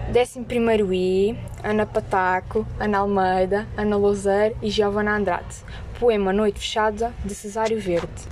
11º I, Ana Pataco, Ana Almeida, Ana Louser e Giovanna Andrade. Poema Noite Fechada, de Cesário Verde.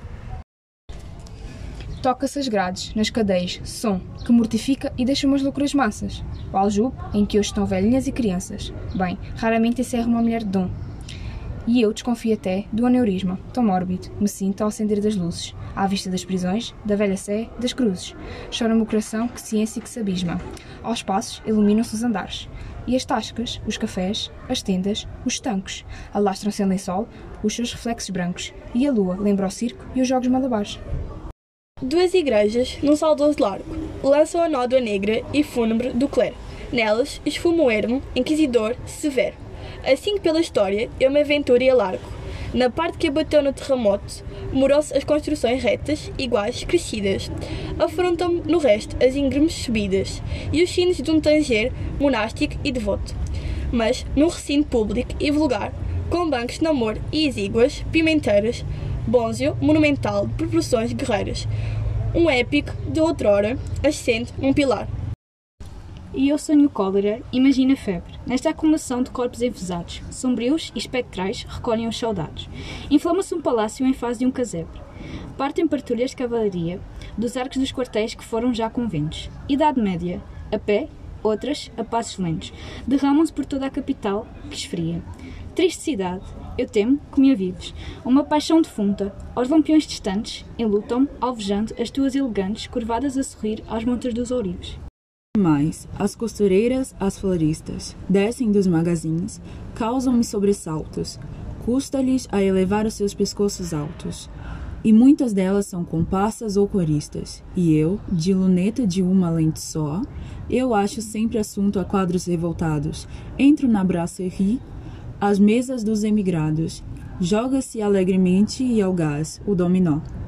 Toca-se as grades, nas cadeias, som, que mortifica e deixa umas loucuras massas. O aljube, em que hoje estão velhinhas e crianças. Bem, raramente encerra uma mulher de dom. E eu desconfio até do aneurisma, tão mórbido, me sinto ao acender das luzes, à vista das prisões, da velha sé, das cruzes. Chora-me o coração que ciência e que se abisma. Aos passos iluminam-se os andares. E as tascas, os cafés, as tendas, os estancos, alastram-se em lençol os seus reflexos brancos. E a lua lembra o circo e os jogos malabares. Duas igrejas, num saudoso largo, lançam a nódoa negra e fúnebre do clero. Nelas esfuma o ermo, inquisidor, severo. Assim que pela história eu me aventuro e alargo. Na parte que abateu no terremoto, morou-se as construções retas, iguais, crescidas. Afrontam-me no resto as íngremes subidas e os sinos de um tanger monástico e devoto. Mas, num recinto público e vulgar, com bancos de namoro e exíguas, pimenteiras, bônzio monumental de proporções guerreiras, um épico de outrora ascende um pilar. E eu sonho cólera, imagino a febre. Nesta acumulação de corpos enfesados, sombrios e espectrais, recolhem os soldados. Inflama-se um palácio em fase de um casebre. Partem patrulhas de cavalaria dos arcos dos quartéis que foram já conventos. Idade Média, a pé, outras a passos lentos. Derramam-se por toda a capital, que esfria. Triste cidade, eu temo que me avives. Uma paixão defunta, aos lampiões distantes, enlutam-me, alvejando as tuas elegantes, curvadas a sorrir aos montes dos ourives. Mas as costureiras, as floristas, descem dos magazins, causam-me sobressaltos, custa-lhes a elevar os seus pescoços altos. E muitas delas são comparsas ou coristas, e eu, de luneta de uma lente só, eu acho sempre assunto a quadros revoltados. Entro na brasserie, às mesas dos emigrados, joga-se alegremente e ao gás o dominó.